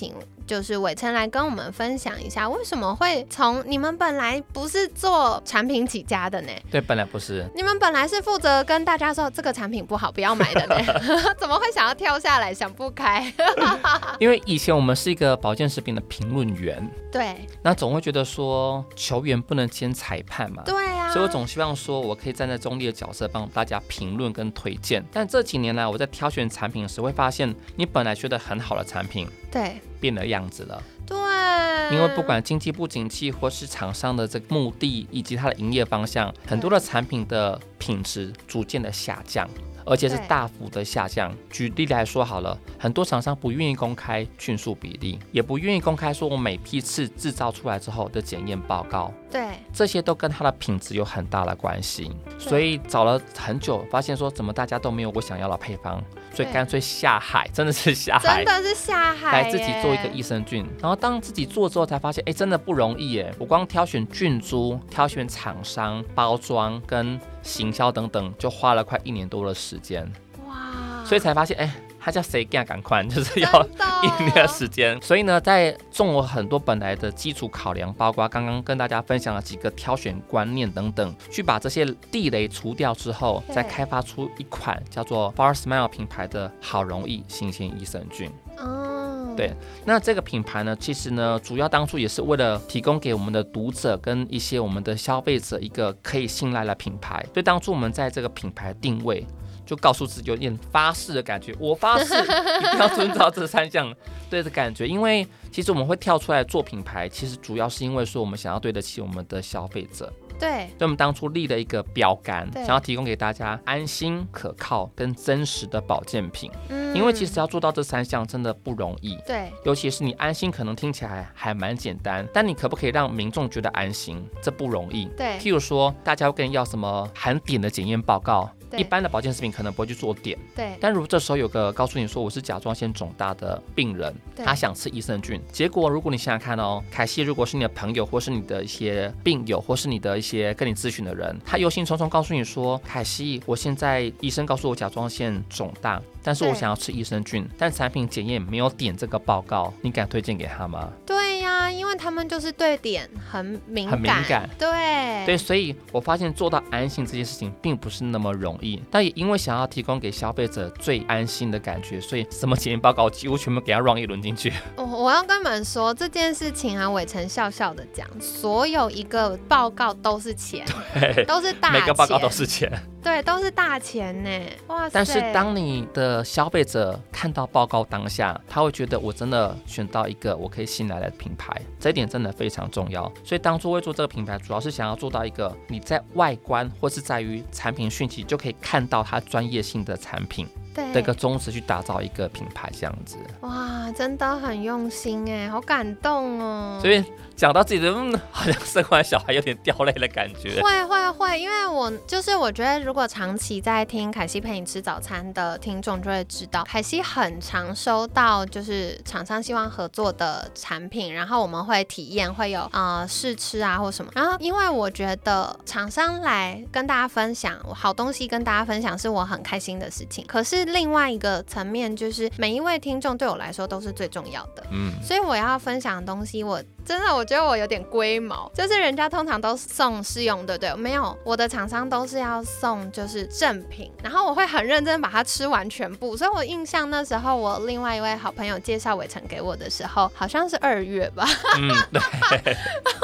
就是伟成来跟我们分享一下，为什么会从你们本来不是做产品起家的呢？
对，本来不是，
你们本来是负责跟大家说这个产品不好不要买的呢怎么会想要跳下来，想不开
因为以前我们是一个保健食品的评论员，
对，
那总会觉得说球员不能兼裁判嘛，
对啊，
所以我总希望说我可以站在中立的角色帮大家评论跟推荐。但这几年来我在挑选产品时会发现，你本来觉得很好的产品
对
变了样子了，
对，
因为不管经济不景气或是厂商的这个目的以及它的营业方向，很多的产品的品质逐渐的下降，而且是大幅的下降。举例来说好了，很多厂商不愿意公开菌数比例，也不愿意公开说我每批次制造出来之后的检验报告，
对，
这些都跟它的品质有很大的关系。所以找了很久，发现说怎么大家都没有我想要的配方，所以干脆下海，真的是下海，
真的是下海
来自己做一个益生菌。然后当自己做之后才发现，真的不容易耶。我光挑选菌株、挑选厂商、包装跟行销等等，就花了快1年多的时间。哇！所以才发现，他叫谁干赶快，就是要1年的时间。所以呢，在中了很多本来的基础考量，包括刚刚跟大家分享了几个挑选观念等等，去把这些地雷除掉之后，再开发出一款叫做 Bar Smile 品牌的好容易新鲜益生菌。对，那这个品牌呢，其实呢，主要当初也是为了提供给我们的读者跟一些我们的消费者一个可以信赖的品牌。所以当初我们在这个品牌定位，就告诉自己有点发誓的感觉，我发誓一定要遵照这3项对的感觉。因为其实我们会跳出来做品牌，其实主要是因为说我们想要对得起我们的消费者。
对，
所以我们当初立了一个标杆，想要提供给大家安心、可靠跟真实的保健品。因为其实要做到这3项真的不容易。
对，
尤其是你安心，可能听起来还蛮简单，但你可不可以让民众觉得安心，这不容易。
对，
譬如说，大家会跟你要什么含碘的检验报告。一般的保健食品可能不会去做碘，
对。
但如果这时候有个告诉你说我是甲状腺肿大的病人，他想吃益生菌，结果如果你想想看哦，凯西如果是你的朋友，或是你的一些病友，或是你的一些跟你咨询的人，他忧心忡忡告诉你说，凯西，我现在医生告诉我甲状腺肿大，但是我想要吃益生菌，但产品检验没有碘这个报告，你敢推荐给他吗？
对呀，因为他们就是对碘很敏感。对，
所以我发现做到安心这件事情并不是那么容易，但也因为想要提供给消费者最安心的感觉，所以什么检验报告几乎全部给他 run 一轮进去。
我要跟你们说这件事情啊，伟成笑笑的讲，所有一个报告都是钱，都是大钱，
每个报告都是钱。
对，都是大钱呢，哇塞！
但是当你的消费者看到报告当下，他会觉得我真的选到一个我可以信赖的品牌，这一点真的非常重要。所以当初会做这个品牌，主要是想要做到一个你在外观或是在于产品讯息就可以看到它专业性的产品的一个宗旨，去打造一个品牌这样子。
哇，真的很用心哎，好感动哦。
所以讲到自己的好像生完小孩有点掉泪的感觉。
会，因为我觉得如果长期在听凯西陪你吃早餐的听众就会知道，凯西很常收到就是厂商希望合作的产品，然后我们会体验，会有试吃啊或什么。然后因为我觉得厂商来跟大家分享好东西，跟大家分享是我很开心的事情。可是另外一个层面就是每一位听众对我来说都是最重要的，所以我要分享的东西，我觉得我有点龟毛，就是人家通常都送试用，对不对？没有，我的厂商都是要送就是正品，然后我会很认真把它吃完全部。所以我印象那时候我另外一位好朋友介绍伟成给我的时候，好像是2月吧
对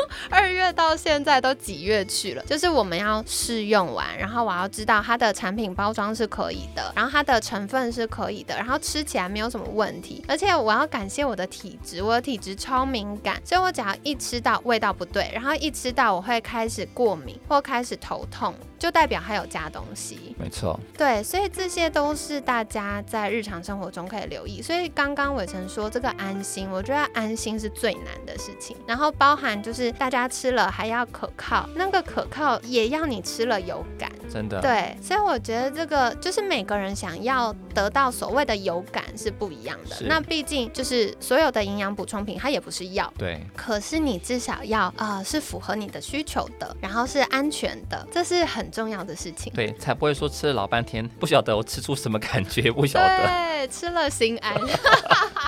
2月到现在都几月去了，就是我们要试用完，然后我要知道它的产品包装是可以的，然后它的成分是可以的，然后吃起来没有什么问题。而且我要感谢我的体质，我的体质超敏感，所以我只要一吃到味道不对，然后一吃到我会开始过敏或开始头痛，就代表还有加东西。
没错，
对，所以这些都是大家在日常生活中可以留意。所以刚刚伟成说这个安心，我觉得安心是最难的事情，然后包含就是大家吃了还要可靠，那个可靠也要你吃了有感，
真的。
对，所以我觉得这个就是每个人想要得到所谓的有感是不一样的。那毕竟就是所有的营养补充品它也不是药，
对，
可是你至少要是符合你的需求的，然后是安全的，这是很重要的事情。
对，才不会说吃了老半天不晓得我吃出什么感觉，不晓得。
对，吃了心安。那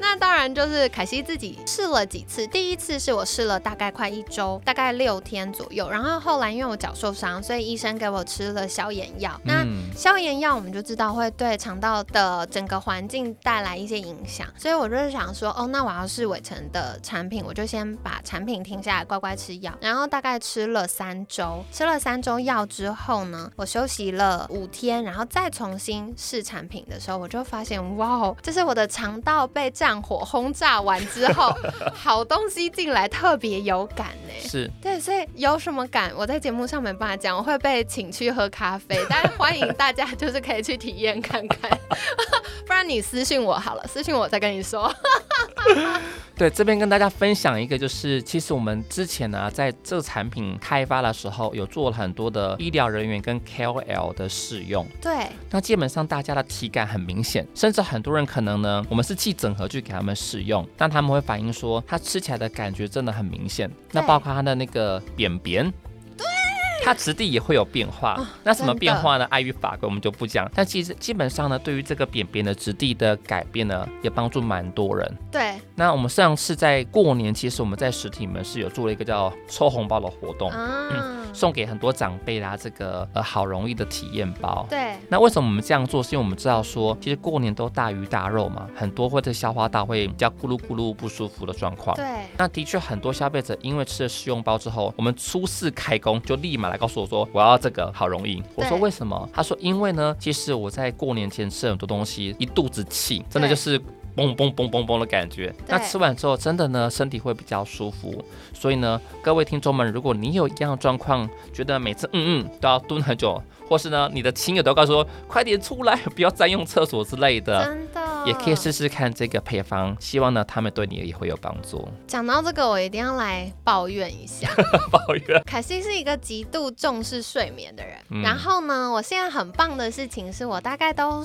那当然就是凯西自己试了几次，第一次是我试了大概快1周，大概6天左右，然后后来因为我脚受伤，所以医生给我吃了消炎药。那消炎药我们就知道会对肠道的整个环境带来一些影响，所以我就是想说，那我要试伟成的产品，我就先把产品停下来，乖乖吃药。然后大概吃了3周，吃了3周药之后呢，我休息了5天，然后再重新试产品的时候，我就发现，哇，就是我的肠道被战火轰炸完之后，好东西进来特别有感呢。
是，
对，所以有什么感，我在节目上没办法讲，我会被请去喝咖啡，但欢迎大家就是可以去体验看看，不然你私讯我好了，私讯我再跟你说。
对，这边跟大家分享一个，就是其实我们之前呢，在这个产品开发的时候，有做了很多的医疗人员跟 KOL 的试用。
对，
那基本上大家的体感很明显，甚至很多人可能呢，我们是寄整盒去给他们试用，但他们会反映说，它吃起来的感觉真的很明显。那包括它的那个扁扁。它质地也会有变化，那什么变化呢？碍于法规我们就不讲，但其实基本上呢，对于这个扁扁的质地的改变呢，也帮助蛮多人。
对，
那我们上次在过年，其实我们在实体门市有做了一个叫抽红包的活动，送给很多长辈啦，这个好容易的体验包。
对，
那为什么我们这样做？是因为我们知道说，其实过年都大鱼大肉嘛，很多会在消化道会比较咕噜咕噜不舒服的状况。
对，
那的确很多消费者因为吃了试用包之后，我们初试开工就立马来告诉我说我要这个好容易。我说为什么？他说因为呢，其实我在过年前吃了很多东西，一肚子气，真的就是嘣嘣嘣嘣嘣的感觉。那吃完之后，真的呢，身体会比较舒服。所以呢，各位听众们，如果你有一样的状况，觉得每次都要蹲很久，或是呢，你的亲友都告诉说快点出来，不要占用厕所之类的，
真的
也可以试试看这个配方，希望呢，他们对你也会有帮助。
讲到这个，我一定要来抱怨一下。
抱怨。
凯西是一个极度重视睡眠的人，然后呢，我现在很棒的事情是我大概都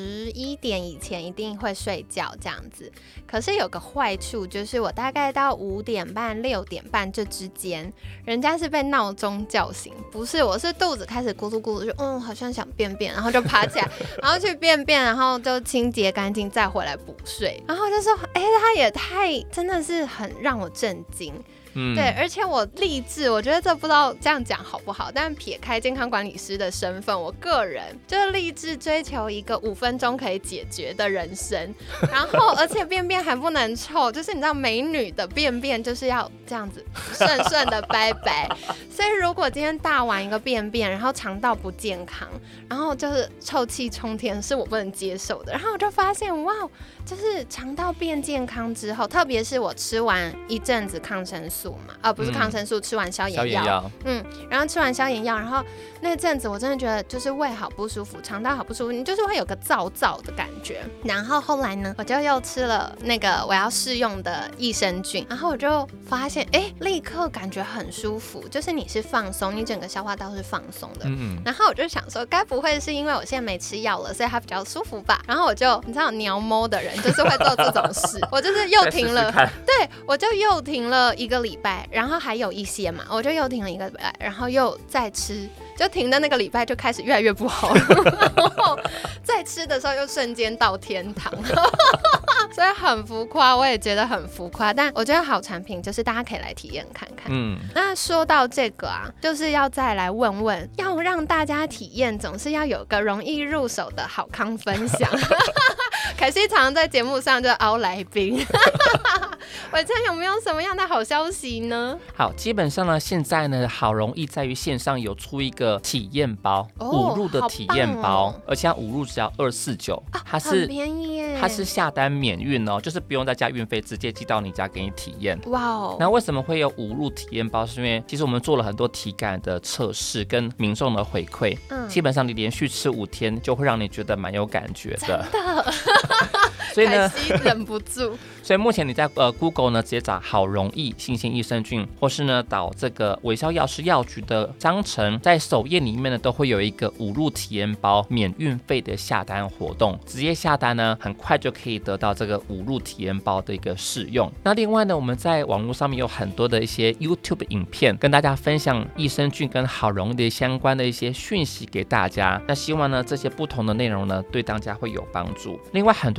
11点以前一定会睡觉这样子。可是有个坏处就是，我大概到5点半、6点半这之间，人家是被闹钟叫醒，不是，我是肚子开始咕噜咕噜，就好像想便便，然后就爬起来，然后去便便，然后就清洁干净，再回来补睡。然后就说，他也太真的是很让我震惊。对，而且我立志，我觉得这不知道这样讲好不好，但撇开健康管理师的身份，我个人就是立志追求一个5分钟可以解决的人生。然后，而且便便还不能臭，就是你知道美女的便便就是要这样子顺顺的拜拜。所以如果今天大完一个便便，然后肠道不健康，然后就是臭气冲天，是我不能接受的。然后我就发现，哇，就是肠道变健康之后，特别是我吃完一阵子抗生素嘛，不是抗生素，吃完消炎药，然后吃完消炎药，然后那阵子我真的觉得就是胃好不舒服，肠道好不舒服，你就是会有个燥燥的感觉。然后后来呢，我就又吃了那个我要试用的益生菌，然后我就发现，立刻感觉很舒服，就是你是放松，你整个消化道是放松的。然后我就想说，该不会是因为我现在没吃药了，所以它比较舒服吧？然后我就你知道鸟猫的人就是会做这种事，我就是又停了，对，我就又停了1个礼拜，然后还有一些嘛，我就又停了1个礼拜，然后又再吃，就停的那个礼拜就开始越来越不好了，然后再吃的时候又瞬间到天堂。所以很浮夸，我也觉得很浮夸，但我觉得好产品就是大家可以来体验看看。那说到这个啊，就是要再来问问，要让大家体验，总是要有个容易入手的好康分享。凯西常常在节目上就凹来宾。伟成有没有什么样的好消息呢？
好，基本上呢，现在呢，好容易在于线上有出一个体验包，5入的体验包，而且它5入只要249，它是
很便宜耶，
它是下单免运哦，就是不用再加运费，直接寄到你家给你体验。
哇哦！
那为什么会有5入体验包？是因为其实我们做了很多体感的测试跟民众的回馈，基本上你连续吃5天就会让你觉得蛮有感觉的。
真的。
所以呢，
凯西忍不住。
所以目前你在Google 呢直接找好容易新鲜益生菌，或是呢导这个微笑药师药局的商城，在首页里面呢都会有一个5入体验包免运费的下单活动，直接下单呢很快就可以得到这个5入体验包的一个试用。那另外呢，我们在网络上面有很多的一些 YouTube 影片，跟大家分享益生菌跟好容易的相关的一些讯息给大家。那希望呢这些不同的内容呢对大家会有帮助。另外很多人问我说，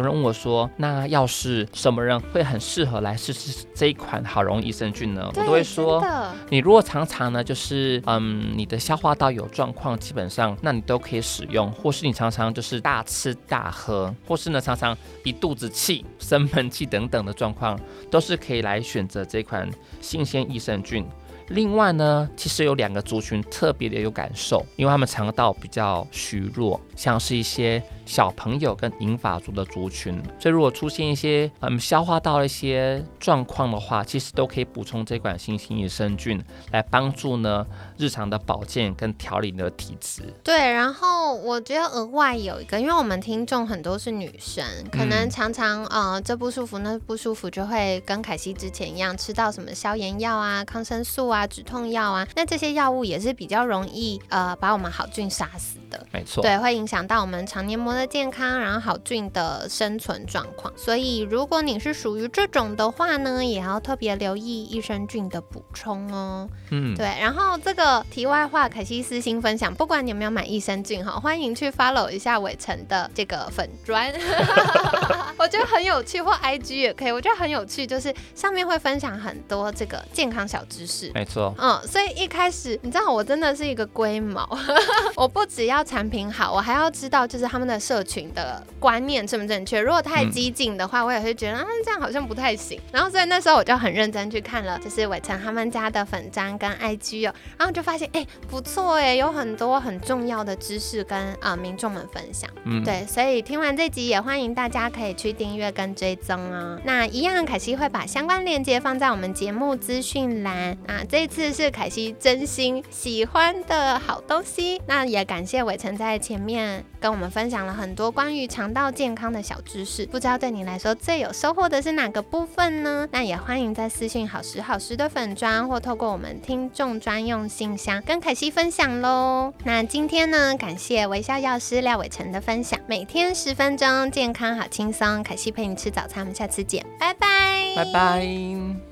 说，那要是什么人会很适合来试试这一款好容易益生菌呢？我都会说，你如果常常呢就是你的消化道有状况，基本上那你都可以使用，或是你常常就是大吃大喝，或是呢常常一肚子气、生闷气等等的状况，都是可以来选择这款新鲜益生菌。另外呢，其实有2个族群特别的有感受，因为他们肠道比较虚弱，像是一些小朋友跟银发族的族群，所以如果出现一些消化道的一些状况的话，其实都可以补充这款新型益生菌，来帮助呢日常的保健跟调理你的体质。
对，然后我觉得额外有一个，因为我们听众很多是女生，可能常常这不舒服那不舒服，就会跟凯西之前一样吃到什么消炎药啊、抗生素啊、止痛药啊，那这些药物也是比较容易把我们好菌杀死的。
没错，
对，会影响到我们肠黏膜的健康，然后好菌的生存状况。所以如果你是属于这种的话呢，也要特别留意益生菌的补充哦。对。然后这个题外话，凯西私心分享，不管你有没有买益生菌，欢迎去 follow 一下伟成的这个粉专，我觉得很有趣，或 IG 也可以，我觉得很有趣，就是上面会分享很多这个健康小知识。
没错，
所以一开始你知道我真的是一个龟毛，我不只要产品好，我还要知道就是他们的社群的观念正不正确。如果太激进的话，我也会觉得这样好像不太行。然后所以那时候我就很认真去看了，就是伟成他们家的粉专跟 IG 然后就发现不错有很多很重要的知识跟民众们分享。对，所以听完这集也欢迎大家可以去订阅跟追踪哦。那一样凯西会把相关链接放在我们节目资讯栏。这一次是凯西真心喜欢的好东西，那也感谢伟成在前面跟我们分享了很多关于肠道健康的小知识，不知道对你来说最有收获的是哪个部分呢？那也欢迎在私讯好时好时的粉专，或透过我们听众专用信箱跟凯西分享咯。那今天呢，感谢微笑药师廖伟成的分享，每天10分钟，健康好轻松，凯西陪你吃早餐，我们下次见，拜拜，
拜拜。